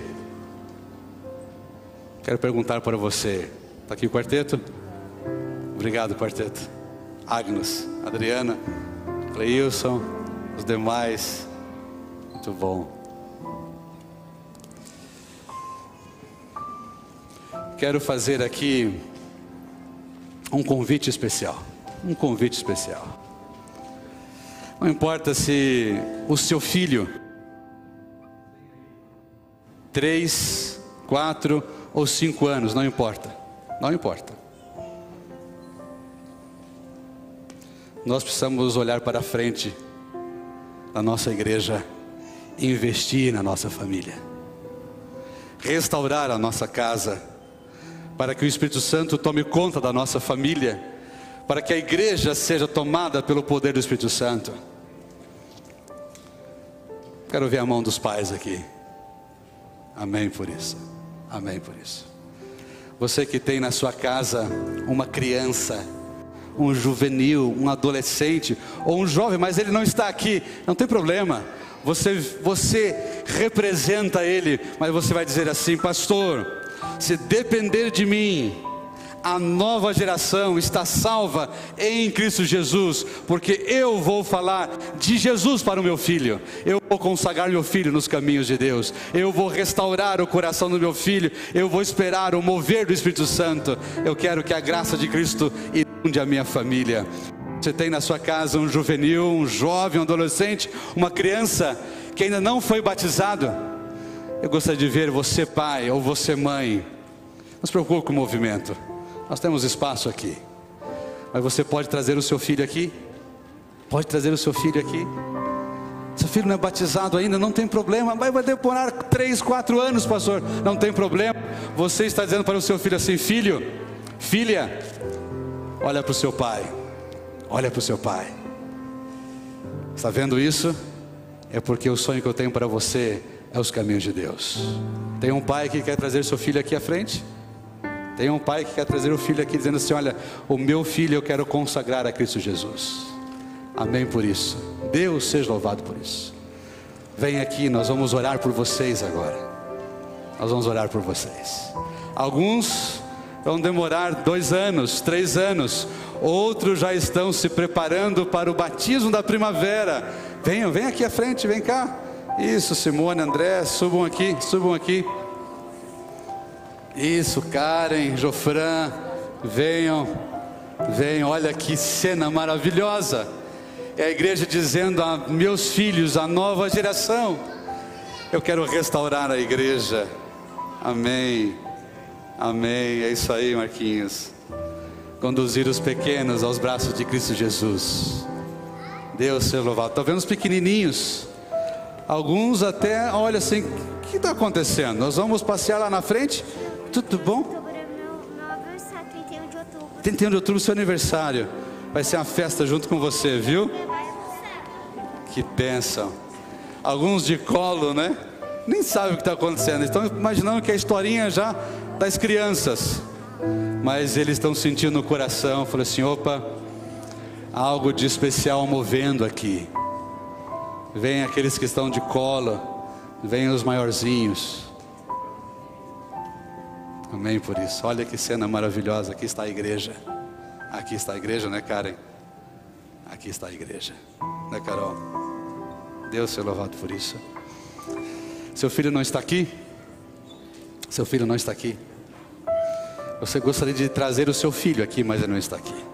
Quero perguntar para você. Está aqui o quarteto? Obrigado, quarteto. Agnes, Adriana, Cleilson, os demais. Muito bom. Quero fazer aqui um convite especial. Um convite especial. Não importa se o seu filho, três, quatro ou cinco anos, não importa. Não importa. Nós precisamos olhar para frente na nossa igreja, investir na nossa família, restaurar a nossa casa, para que o Espírito Santo tome conta da nossa família, para que a igreja seja tomada pelo poder do Espírito Santo. Quero ver a mão dos pais aqui. Amém por isso. Amém por isso. Você que tem na sua casa uma criança, um juvenil, um adolescente ou um jovem, mas ele não está aqui, não tem problema. Você, você representa ele, mas você vai dizer assim: pastor, se depender de mim, a nova geração está salva em Cristo Jesus, porque eu vou falar de Jesus para o meu filho, eu vou consagrar meu filho nos caminhos de Deus, eu vou restaurar o coração do meu filho, eu vou esperar o mover do Espírito Santo. Eu quero que a graça de Cristo inunde a minha família. Você tem na sua casa um juvenil, um jovem, um adolescente, uma criança que ainda não foi batizado. Eu gostaria de ver você, pai, ou você, mãe. Não se preocupe com o movimento, nós temos espaço aqui. Mas você pode trazer o seu filho aqui. Pode trazer o seu filho aqui. Seu filho não é batizado ainda, não tem problema. Mas vai demorar três, quatro anos, pastor. Não tem problema. Você está dizendo para o seu filho assim: filho, filha, olha para o seu pai. Olha para o seu pai. Está vendo isso? É porque o sonho que eu tenho para você é os caminhos de Deus. Tem um pai que quer trazer seu filho aqui à frente? Tem um pai que quer trazer o filho aqui dizendo assim: olha, o meu filho eu quero consagrar a Cristo Jesus. Amém por isso. Deus seja louvado por isso. Vem aqui, nós vamos orar por vocês agora. Nós vamos orar por vocês. Alguns vão demorar dois anos, três anos. Outros já estão se preparando para o batismo da primavera. Venham, vem aqui à frente, vem cá. Isso, Simone, André, subam aqui, subam aqui. Isso, Karen, Jofran, venham, venham, olha que cena maravilhosa. É a igreja dizendo a meus filhos, a nova geração, eu quero restaurar a igreja. Amém, amém, é isso aí, Marquinhos. Conduzir os pequenos aos braços de Cristo Jesus. Deus seja louvado. Estou vendo os pequenininhos, alguns até, olha assim, o que está acontecendo? Nós vamos passear lá na frente? Tudo bom? trinta e um de outubro, seu aniversário. Vai ser uma festa junto com você, viu? Que bênção. Alguns de colo, né? Nem sabem o que está acontecendo. Estão imaginando que é a historinha já das crianças. Mas eles estão sentindo no coração. Falei assim, opa, algo de especial movendo aqui. Vem aqueles que estão de colo. Vem os maiorzinhos. Amém por isso. Olha que cena maravilhosa. Aqui está a igreja. Aqui está a igreja, né, Karen? Aqui está a igreja, né, Carol? Deus seja louvado por isso. Seu filho não está aqui? Seu filho não está aqui. Você gostaria de trazer o seu filho aqui, mas ele não está aqui.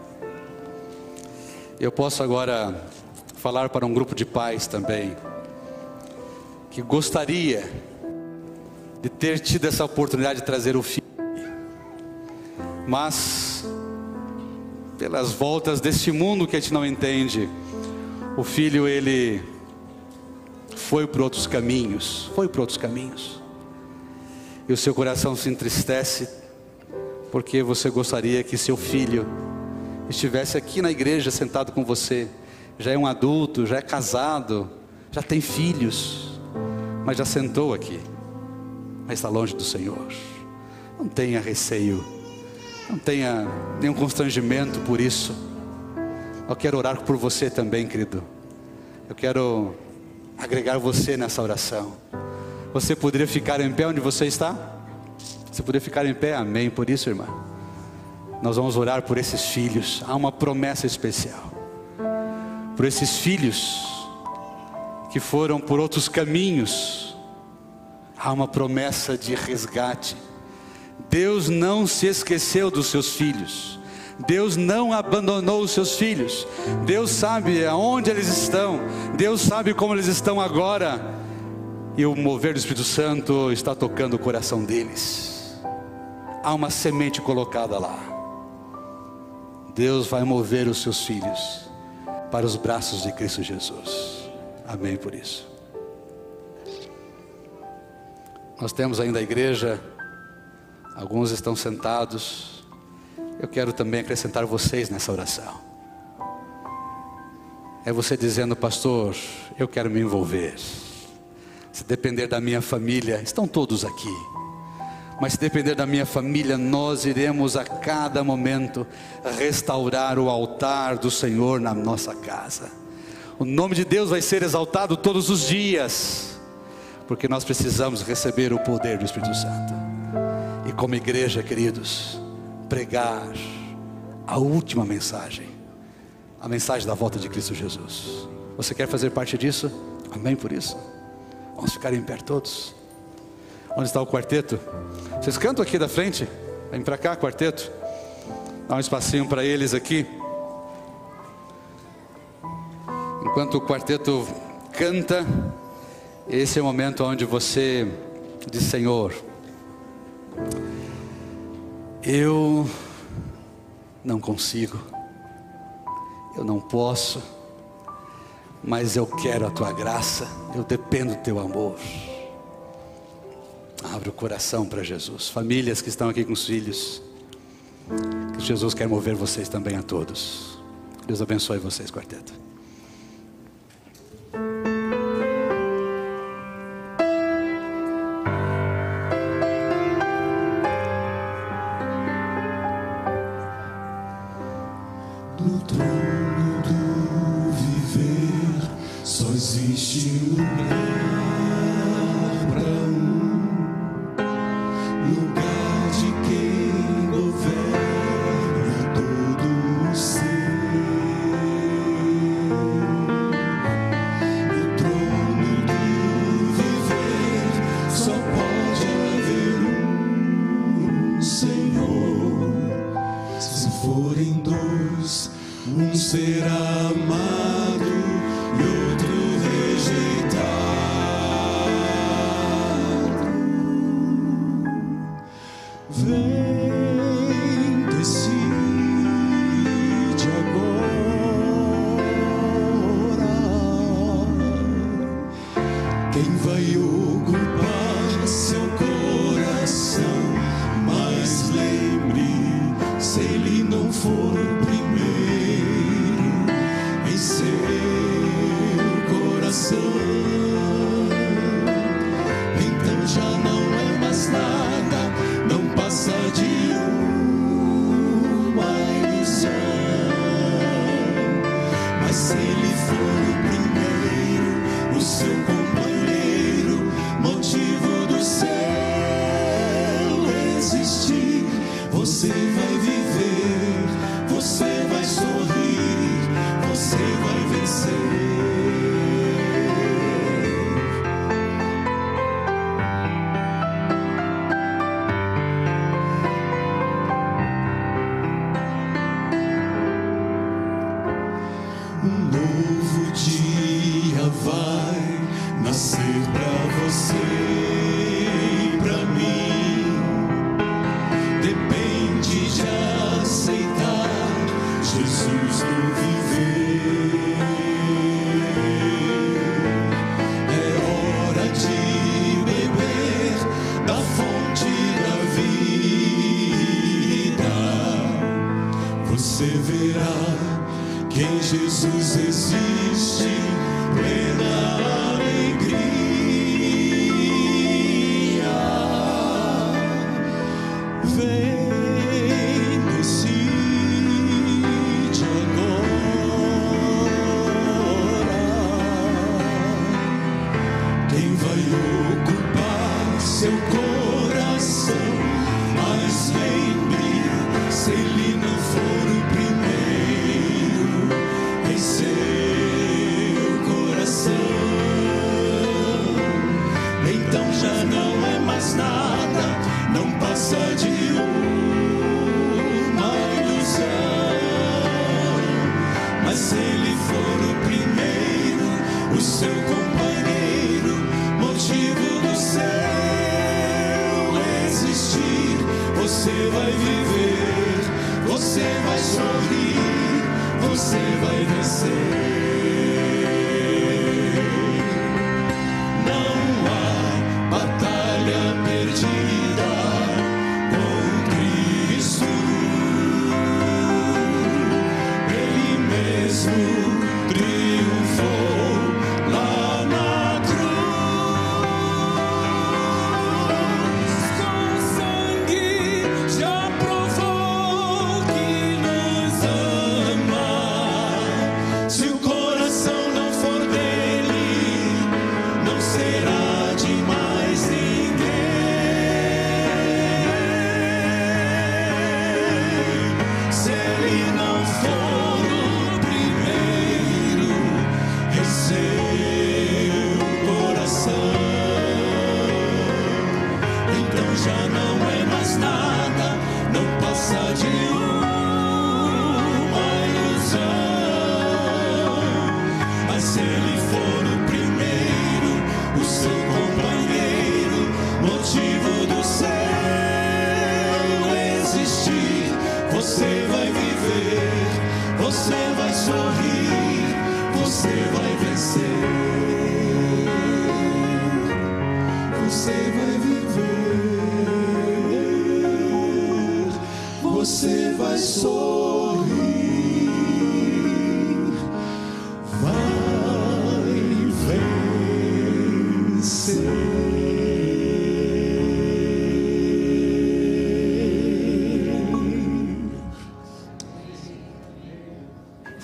Eu posso agora falar para um grupo de pais também, que gostaria de ter tido essa oportunidade de trazer o filho, mas pelas voltas deste mundo que a gente não entende, o filho ele foi por outros caminhos, foi por outros caminhos, e o seu coração se entristece, porque você gostaria que seu filho estivesse aqui na igreja sentado com você, já é um adulto, já é casado, já tem filhos, mas já sentou aqui, mas está longe do Senhor. Não tenha receio, não tenha nenhum constrangimento por isso. Eu quero orar por você também, querido. Eu quero agregar você nessa oração. Você poderia ficar em pé onde você está? Você poderia ficar em pé? Amém por isso, irmã. Nós vamos orar por esses filhos. Há uma promessa especial por esses filhos que foram por outros caminhos. Há uma promessa de resgate. Deus não se esqueceu dos seus filhos. Deus não abandonou os seus filhos. Deus sabe aonde eles estão. Deus sabe como eles estão agora. E o mover do Espírito Santo está tocando o coração deles. Há uma semente colocada lá. Deus vai mover os seus filhos para os braços de Cristo Jesus. Amém por isso. Nós temos ainda a igreja. Alguns estão sentados. Eu quero também acrescentar vocês nessa oração. É você dizendo, pastor, eu quero me envolver. Se depender da minha família, estão todos aqui. Mas se depender da minha família, nós iremos a cada momento restaurar o altar do Senhor na nossa casa. O nome de Deus vai ser exaltado todos os dias, porque nós precisamos receber o poder do Espírito Santo. E como igreja, queridos, pregar a última mensagem, a mensagem da volta de Cristo Jesus. Você quer fazer parte disso? Amém por isso? Vamos ficar em pé todos. Onde está o quarteto? Vocês cantam aqui da frente? Vem para cá, quarteto. Dá um espacinho para eles aqui. Enquanto o quarteto canta, esse é o momento onde você diz, Senhor, eu não consigo, eu não posso, mas eu quero a tua graça, eu dependo do teu amor. Abre o coração para Jesus. Famílias que estão aqui com os filhos, que Jesus quer mover vocês também a todos. Deus abençoe vocês, quarteto.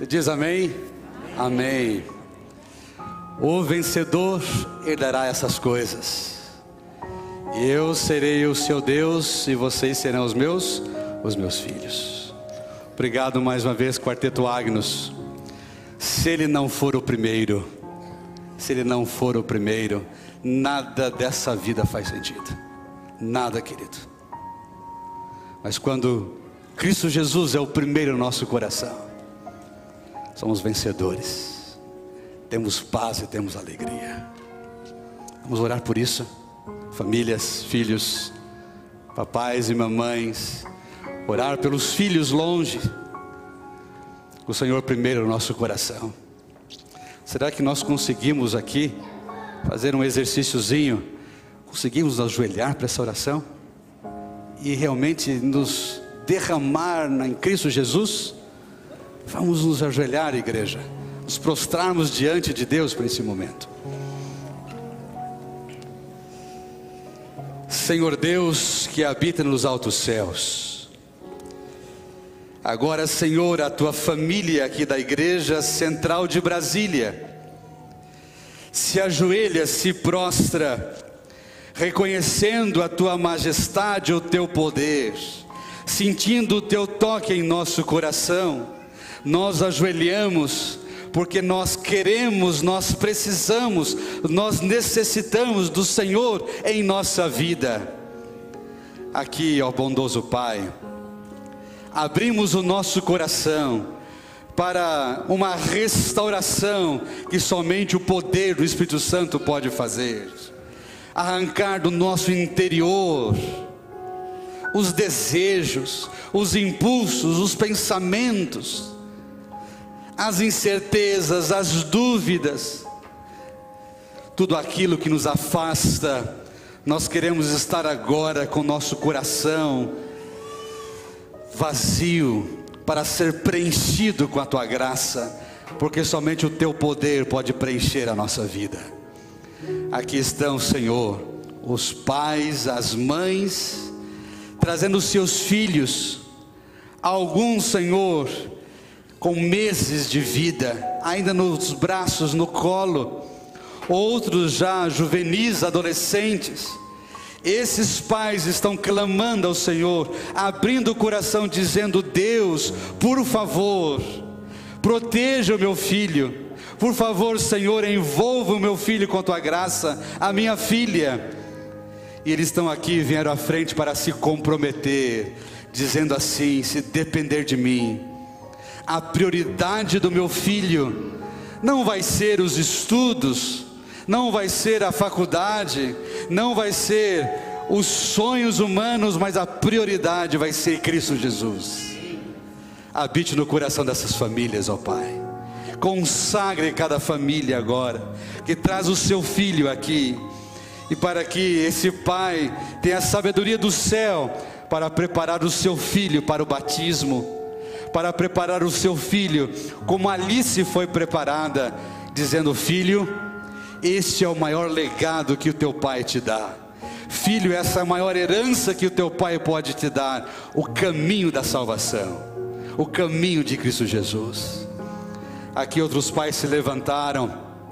Você diz amém? Amém. O vencedor herdará essas coisas. Eu serei o seu Deus e vocês serão os meus, os meus filhos. Obrigado mais uma vez, Quarteto Agnus. Se ele não for o primeiro, se ele não for o primeiro, nada dessa vida faz sentido. Nada, querido. Mas quando Cristo Jesus é o primeiro no nosso coração, somos vencedores. Temos paz e temos alegria. Vamos orar por isso. Famílias, filhos, papais e mamães. Orar pelos filhos longe. O Senhor primeiro no nosso coração. Será que nós conseguimos aqui fazer um exercíciozinho? Conseguimos nos ajoelhar para essa oração? E realmente nos derramar em Cristo Jesus? Vamos nos ajoelhar, igreja. Nos prostrarmos diante de Deus para esse momento. Senhor Deus que habita nos altos céus, agora, Senhor, a tua família aqui da Igreja Central de Brasília se ajoelha, se prostra, reconhecendo a tua majestade, o teu poder, sentindo o teu toque em nosso coração. Nós ajoelhamos porque nós queremos, nós precisamos, nós necessitamos do Senhor em nossa vida. Aqui, ó bondoso Pai, abrimos o nosso coração para uma restauração que somente o poder do Espírito Santo pode fazer. Arrancar do nosso interior os desejos, os impulsos, os pensamentos, as incertezas, as dúvidas, tudo aquilo que nos afasta. Nós queremos estar agora com nosso coração vazio, para ser preenchido com a tua graça, porque somente o teu poder pode preencher a nossa vida. Aqui estão, Senhor, os pais, as mães, trazendo os seus filhos, alguns, Senhor, com meses de vida, ainda nos braços, no colo, outros já juvenis, adolescentes. Esses pais estão clamando ao Senhor, abrindo o coração, dizendo: Deus, por favor, proteja o meu filho, por favor, Senhor, envolva o meu filho com a tua graça, a minha filha. E eles estão aqui, vieram à frente para se comprometer, dizendo assim: se depender de mim, a prioridade do meu filho não vai ser os estudos, não vai ser a faculdade, não vai ser os sonhos humanos, mas a prioridade vai ser Cristo Jesus. Habite no coração dessas famílias, ó Pai. Consagre cada família agora, que traz o seu filho aqui, e para que esse pai tenha a sabedoria do céu para preparar o seu filho para o batismo, para preparar o seu filho como Alice foi preparada, dizendo: filho, este é o maior legado que o teu pai te dá. Filho, essa é a maior herança que o teu pai pode te dar, o caminho da salvação, o caminho de Cristo Jesus. Aqui outros pais se levantaram,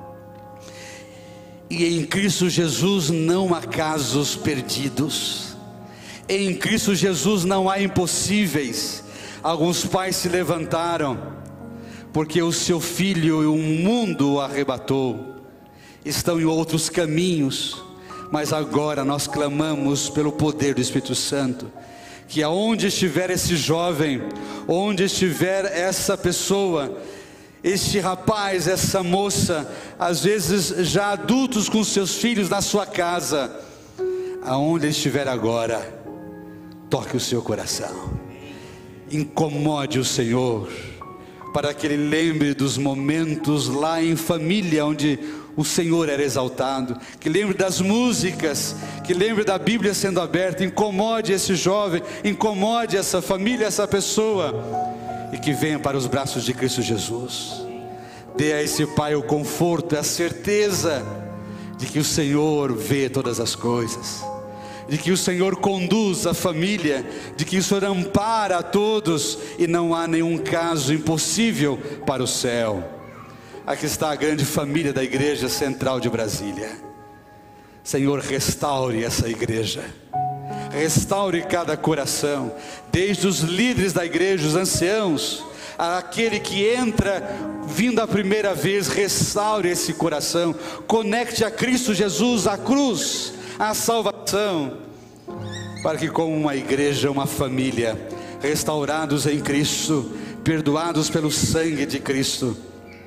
e em Cristo Jesus não há casos perdidos, em Cristo Jesus não há impossíveis. Alguns pais se levantaram, porque o seu filho, o mundo o arrebatou, estão em outros caminhos, mas agora nós clamamos pelo poder do Espírito Santo, que aonde estiver esse jovem, onde estiver essa pessoa, este rapaz, essa moça, às vezes já adultos com seus filhos na sua casa, aonde ele estiver agora, toque o seu coração, incomode o Senhor, para que ele lembre dos momentos lá em família, onde o Senhor era exaltado, que lembre das músicas, que lembre da Bíblia sendo aberta. Incomode esse jovem, incomode essa família, essa pessoa, e que venha para os braços de Cristo Jesus. Dê a esse pai o conforto, a certeza de que o Senhor vê todas as coisas, de que o Senhor conduz a família, de que o Senhor ampara a todos e não há nenhum caso impossível para o céu. Aqui está a grande família da Igreja Central de Brasília. Senhor, restaure essa igreja, restaure cada coração, desde os líderes da igreja, os anciãos, aquele que entra vindo a primeira vez, restaure esse coração, conecte a Cristo Jesus, a cruz, a salvação, para que como uma igreja, uma família, restaurados em Cristo, perdoados pelo sangue de Cristo,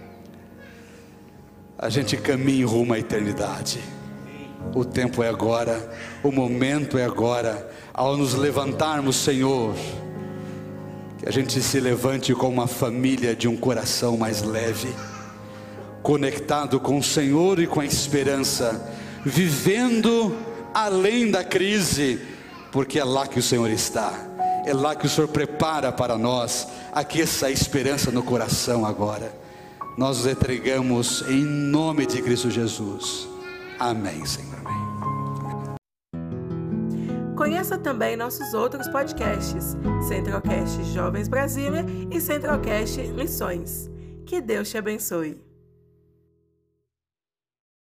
a gente caminhe rumo à eternidade. O tempo é agora, o momento é agora. Ao nos levantarmos, Senhor, que a gente se levante como uma família de um coração mais leve, conectado com o Senhor e com a esperança, vivendo além da crise, porque é lá que o Senhor está, é lá que o Senhor prepara para nós. Aqueça a esperança no coração agora. Nós os entregamos em nome de Cristo Jesus. Amém, Senhor. Amém. Conheça também nossos outros podcasts, Centralcast Jovens Brasília e Centralcast Missões. Que Deus te abençoe.